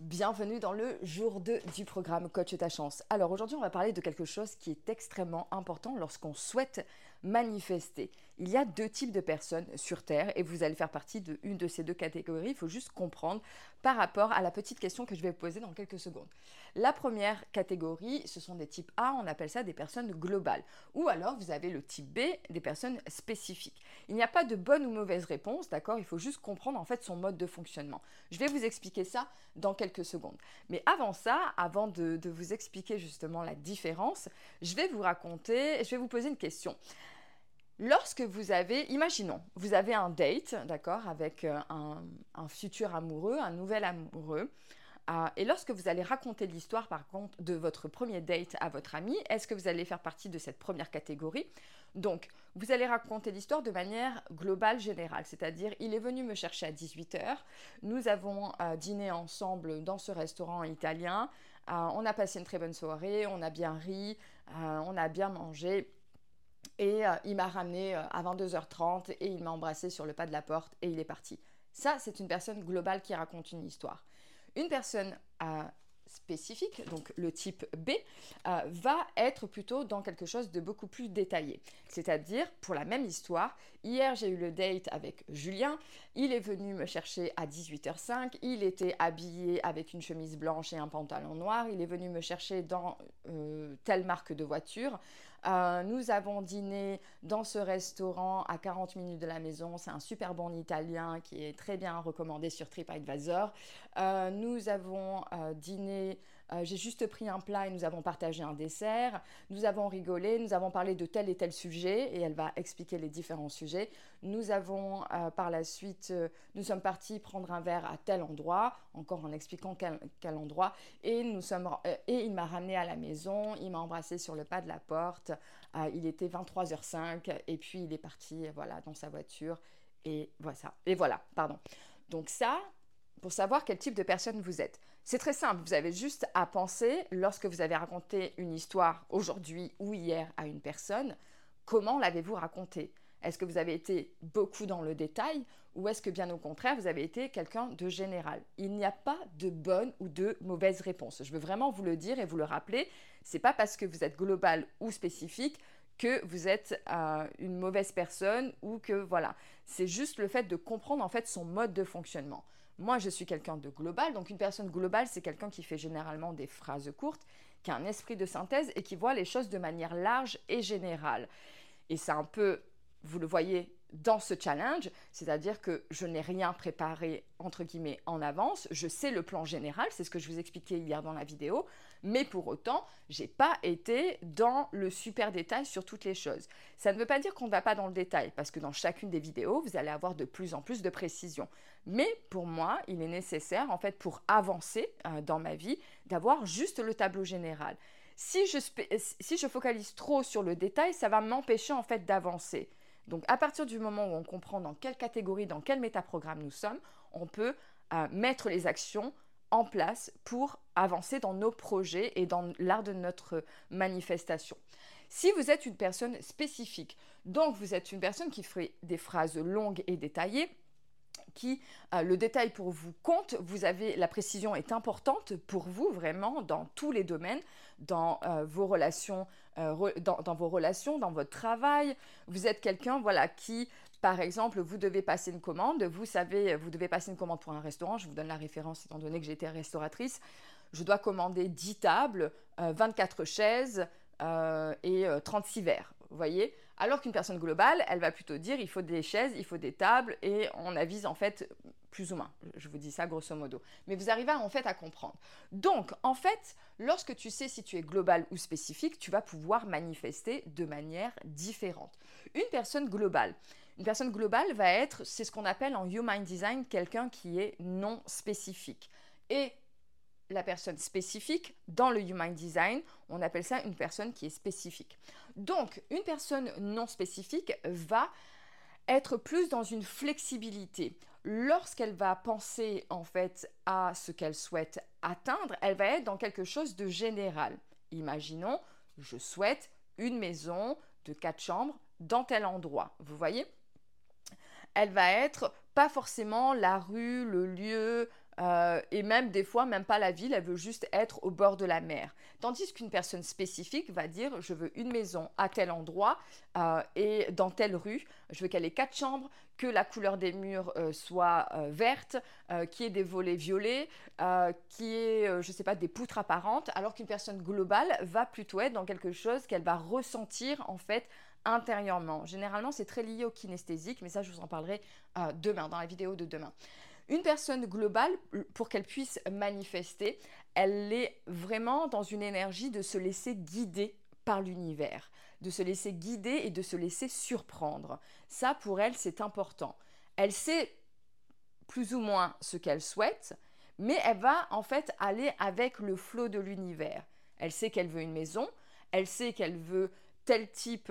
Bienvenue dans le jour 2 du programme Coach ta chance. Alors aujourd'hui, on va parler de quelque chose qui est extrêmement important lorsqu'on souhaite manifester. Il y a deux types de personnes sur Terre et vous allez faire partie d'une de ces deux catégories. Il faut juste comprendre par rapport à la petite question que je vais vous poser dans quelques secondes. La première catégorie, ce sont des types A, on appelle ça des personnes globales. Ou alors vous avez le type B, des personnes spécifiques. Il n'y a pas de bonne ou mauvaise réponse, d'accord? Il faut juste comprendre en fait son mode de fonctionnement. Je vais vous expliquer ça dans quelques secondes. Mais avant ça, avant de vous expliquer justement la différence, je vais vous poser une question. Lorsque vous avez, imaginons, vous avez un date, d'accord, avec un futur amoureux, un nouvel amoureux, et lorsque vous allez raconter l'histoire, par contre, de votre premier date à votre ami, est-ce que vous allez faire partie de cette première catégorie? Donc, vous allez raconter l'histoire de manière globale, générale, c'est-à-dire, il est venu me chercher à 18 heures, nous avons dîné ensemble dans ce restaurant italien, on a passé une très bonne soirée, on a bien ri, on a bien mangé, et il m'a ramené à 22h30 et il m'a embrassé sur le pas de la porte et il est parti. Ça, c'est une personne globale qui raconte une histoire. Une personne spécifique, donc le type B, va être plutôt dans quelque chose de beaucoup plus détaillé. C'est-à-dire, pour la même histoire, hier j'ai eu le date avec Julien, il est venu me chercher à 18h05, il était habillé avec une chemise blanche et un pantalon noir, il est venu me chercher dans telle marque de voiture, nous avons dîné dans ce restaurant à 40 minutes de la maison, c'est un super bon italien qui est très bien recommandé sur TripAdvisor. Nous avons dîné, j'ai juste pris un plat et nous avons partagé un dessert. Nous avons rigolé, nous avons parlé de tel et tel sujet et elle va expliquer les différents sujets. Nous avons par la suite, nous sommes partis prendre un verre à tel endroit, encore en expliquant quel endroit, et il m'a ramené à la maison, il m'a embrassé sur le pas de la porte. Il était 23h05 et puis il est parti voilà, dans sa voiture et voilà, pardon. Donc ça, pour savoir quel type de personne vous êtes. C'est très simple, vous avez juste à penser, lorsque vous avez raconté une histoire aujourd'hui ou hier à une personne, comment l'avez-vous racontée? Est-ce que vous avez été beaucoup dans le détail ou est-ce que bien au contraire, vous avez été quelqu'un de général? Il n'y a pas de bonne ou de mauvaise réponse. Je veux vraiment vous le dire et vous le rappeler. C'est pas parce que vous êtes global ou spécifique que vous êtes une mauvaise personne ou que voilà. C'est juste le fait de comprendre en fait son mode de fonctionnement. Moi, je suis quelqu'un de global, donc une personne globale, c'est quelqu'un qui fait généralement des phrases courtes, qui a un esprit de synthèse et qui voit les choses de manière large et générale. Et c'est un peu, vous le voyez dans ce challenge, c'est-à-dire que je n'ai rien préparé entre guillemets en avance, je sais le plan général, c'est ce que je vous expliquais hier dans la vidéo, mais pour autant, j'ai pas été dans le super détail sur toutes les choses. Ça ne veut pas dire qu'on ne va pas dans le détail, parce que dans chacune des vidéos, vous allez avoir de plus en plus de précision. Mais pour moi, il est nécessaire, en fait, pour avancer dans ma vie, d'avoir juste le tableau général. Si je focalise trop sur le détail, ça va m'empêcher en fait d'avancer. Donc à partir du moment où on comprend dans quelle catégorie, dans quel métaprogramme nous sommes, on peut mettre les actions en place pour avancer dans nos projets et dans l'art de notre manifestation. Si vous êtes une personne spécifique, donc vous êtes une personne qui ferait des phrases longues et détaillées, qui le détail pour vous compte, la précision est importante pour vous vraiment dans tous les domaines, dans vos relations, dans vos relations, dans votre travail. Vous êtes quelqu'un voilà qui, par exemple, vous devez passer une commande, vous savez, vous devez passer une commande pour un restaurant, je vous donne la référence étant donné que j'ai été restauratrice, je dois commander 10 tables, 24 chaises et 36 verres. Vous voyez? Alors qu'une personne globale, elle va plutôt dire il faut des chaises, il faut des tables et on avise en fait plus ou moins. Je vous dis ça grosso modo. Mais vous arrivez en fait à comprendre. Donc en fait, lorsque tu sais si tu es global ou spécifique, tu vas pouvoir manifester de manière différente. Une personne globale va être, c'est ce qu'on appelle en Human Design, quelqu'un qui est non spécifique. Et la personne spécifique, dans le Human Design, on appelle ça une personne qui est spécifique. Donc, une personne non spécifique va être plus dans une flexibilité. Lorsqu'elle va penser en fait à ce qu'elle souhaite atteindre, elle va être dans quelque chose de général. Imaginons, je souhaite une maison de 4 chambres dans tel endroit. Vous voyez? Elle va être pas forcément la rue, le lieu, et même des fois, même pas la ville, elle veut juste être au bord de la mer. Tandis qu'une personne spécifique va dire, je veux une maison à tel endroit et dans telle rue, je veux qu'elle ait 4 chambres, que la couleur des murs soit verte, qu'il y ait des volets violets, qu'il y ait, je ne sais pas, des poutres apparentes, alors qu'une personne globale va plutôt être dans quelque chose qu'elle va ressentir en fait intérieurement. Généralement, c'est très lié au kinesthésique, mais ça, je vous en parlerai demain, dans la vidéo de demain. Une personne globale, pour qu'elle puisse manifester, elle est vraiment dans une énergie de se laisser guider par l'univers, de se laisser guider et de se laisser surprendre. Ça, pour elle, c'est important. Elle sait plus ou moins ce qu'elle souhaite, mais elle va en fait aller avec le flot de l'univers. Elle sait qu'elle veut une maison, elle sait qu'elle veut tel type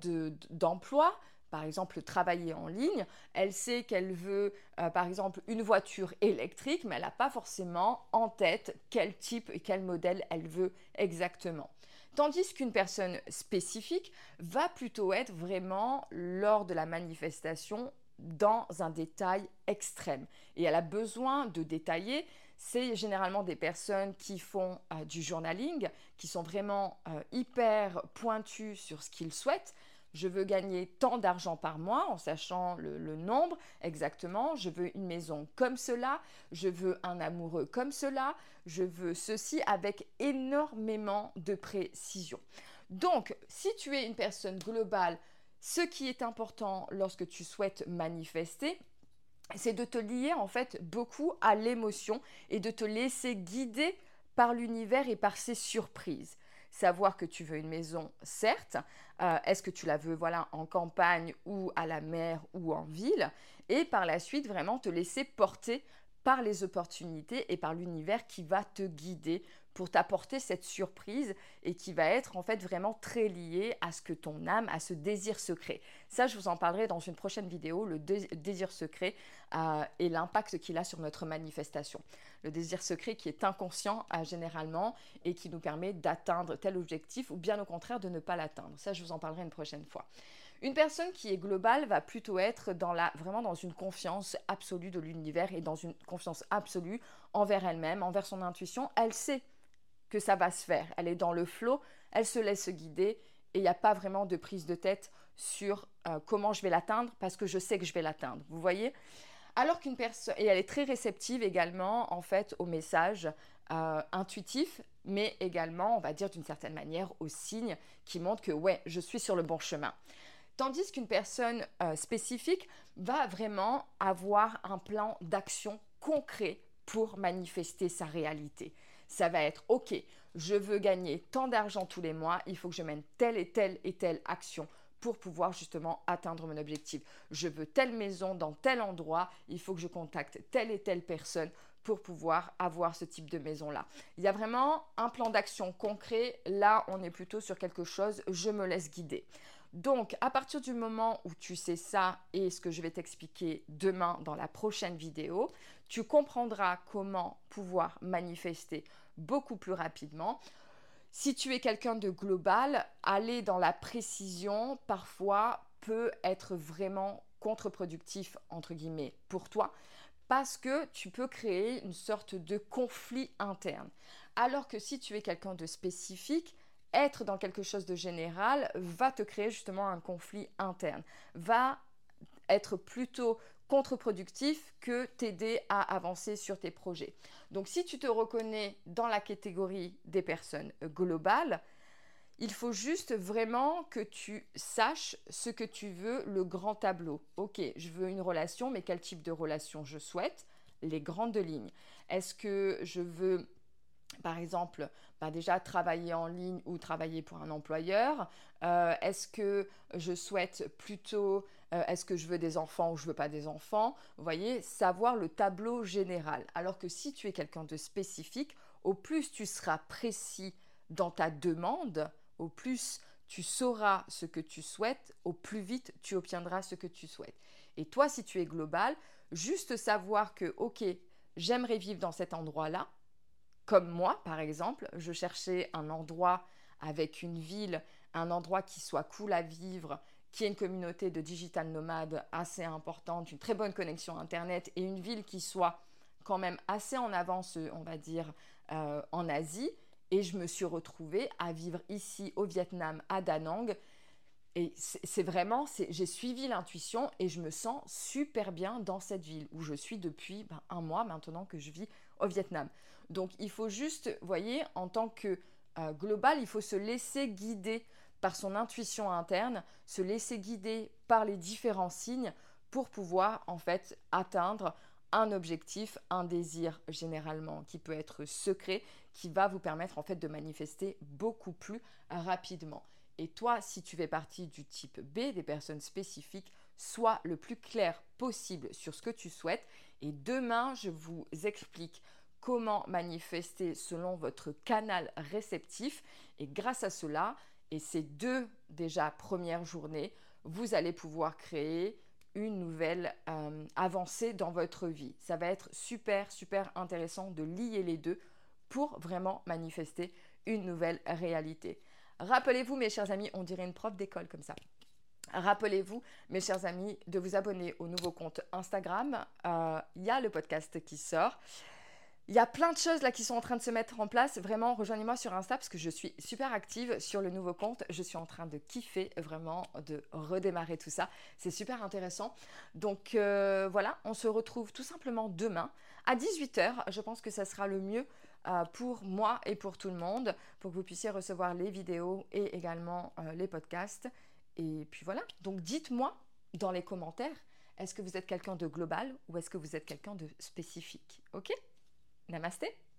d'emploi, par exemple travailler en ligne, elle sait qu'elle veut par exemple une voiture électrique, mais elle n'a pas forcément en tête quel type et quel modèle elle veut exactement. Tandis qu'une personne spécifique va plutôt être vraiment lors de la manifestation dans un détail extrême. Et elle a besoin de détailler. C'est généralement des personnes qui font du journaling, qui sont vraiment hyper pointues sur ce qu'ils souhaitent. Je veux gagner tant d'argent par mois en sachant le nombre exactement. Je veux une maison comme cela. Je veux un amoureux comme cela. Je veux ceci avec énormément de précision. Donc, si tu es une personne globale, ce qui est important lorsque tu souhaites manifester, c'est de te lier en fait beaucoup à l'émotion et de te laisser guider par l'univers et par ses surprises. Savoir que tu veux une maison, certes, est-ce que tu la veux voilà, en campagne ou à la mer ou en ville, et par la suite vraiment te laisser porter par les opportunités et par l'univers qui va te guider pour t'apporter cette surprise et qui va être en fait vraiment très lié à ce que ton âme, à ce désir secret. Ça, je vous en parlerai dans une prochaine vidéo, le désir secret et l'impact qu'il a sur notre manifestation. Le désir secret qui est inconscient généralement et qui nous permet d'atteindre tel objectif ou bien au contraire de ne pas l'atteindre. Ça, je vous en parlerai une prochaine fois. Une personne qui est globale va plutôt être vraiment dans une confiance absolue de l'univers et dans une confiance absolue envers elle-même, envers son intuition. Elle sait que ça va se faire. Elle est dans le flow, elle se laisse guider et il n'y a pas vraiment de prise de tête sur comment je vais l'atteindre parce que je sais que je vais l'atteindre. Vous voyez? Alors qu'une personne, et elle est très réceptive également en fait aux messages intuitifs, mais également, on va dire d'une certaine manière, aux signes qui montrent que ouais, je suis sur le bon chemin. Tandis qu'une personne spécifique va vraiment avoir un plan d'action concret pour manifester sa réalité. Ça va être, ok, je veux gagner tant d'argent tous les mois, il faut que je mène telle et telle action pour pouvoir justement atteindre mon objectif. Je veux telle maison dans tel endroit, il faut que je contacte telle et telle personne pour pouvoir avoir ce type de maison-là. Il y a vraiment un plan d'action concret. Là, on est plutôt sur quelque chose, je me laisse guider. Donc, à partir du moment où tu sais ça et ce que je vais t'expliquer demain dans la prochaine vidéo, tu comprendras comment pouvoir manifester beaucoup plus rapidement. Si tu es quelqu'un de global, aller dans la précision parfois peut être vraiment contre-productif, entre guillemets, pour toi, parce que tu peux créer une sorte de conflit interne. Alors que si tu es quelqu'un de spécifique, être dans quelque chose de général va te créer justement un conflit interne, va être plutôt contre-productif que t'aider à avancer sur tes projets. Donc si tu te reconnais dans la catégorie des personnes globales, il faut juste vraiment que tu saches ce que tu veux, le grand tableau. Ok, je veux une relation, mais quel type de relation je souhaite? Les grandes lignes. Est-ce que je veux par exemple, déjà travailler en ligne ou travailler pour un employeur? Est-ce que je souhaite plutôt, est-ce que je veux des enfants ou je veux pas des enfants? Vous voyez, savoir le tableau général. Alors que si tu es quelqu'un de spécifique, au plus tu seras précis dans ta demande, au plus tu sauras ce que tu souhaites, au plus vite tu obtiendras ce que tu souhaites. Et toi, si tu es global, juste savoir que, ok, j'aimerais vivre dans cet endroit-là. Comme moi, par exemple, je cherchais un endroit avec une ville, un endroit qui soit cool à vivre, qui ait une communauté de digital nomades assez importante, une très bonne connexion Internet et une ville qui soit quand même assez en avance, on va dire, en Asie. Et je me suis retrouvée à vivre ici au Vietnam, à Da Nang. Et c'est vraiment, j'ai suivi l'intuition et je me sens super bien dans cette ville où je suis depuis un mois maintenant que je vis au Vietnam. Donc il faut juste, vous voyez, en tant que global, il faut se laisser guider par son intuition interne, se laisser guider par les différents signes pour pouvoir en fait atteindre un objectif, un désir généralement qui peut être secret, qui va vous permettre en fait de manifester beaucoup plus rapidement. Et toi, si tu fais partie du type B, des personnes spécifiques, sois le plus clair possible sur ce que tu souhaites. Et demain, je vous explique comment manifester selon votre canal réceptif. Et grâce à cela, et ces deux déjà premières journées, vous allez pouvoir créer une nouvelle avancée dans votre vie. Ça va être super, super intéressant de lier les deux pour vraiment manifester une nouvelle réalité. Rappelez-vous, mes chers amis, on dirait une prof d'école comme ça. Rappelez-vous, mes chers amis, de vous abonner au nouveau compte Instagram. Il y a le podcast qui sort. Il y a plein de choses là qui sont en train de se mettre en place. Vraiment, rejoignez-moi sur Insta parce que je suis super active sur le nouveau compte. Je suis en train de kiffer vraiment de redémarrer tout ça. C'est super intéressant. Donc voilà, on se retrouve tout simplement demain à 18h. Je pense que ça sera le mieux pour moi et pour tout le monde, pour que vous puissiez recevoir les vidéos et également les podcasts. Et puis voilà, donc dites-moi dans les commentaires, est-ce que vous êtes quelqu'un de global ou est-ce que vous êtes quelqu'un de spécifique? Ok? Namasté.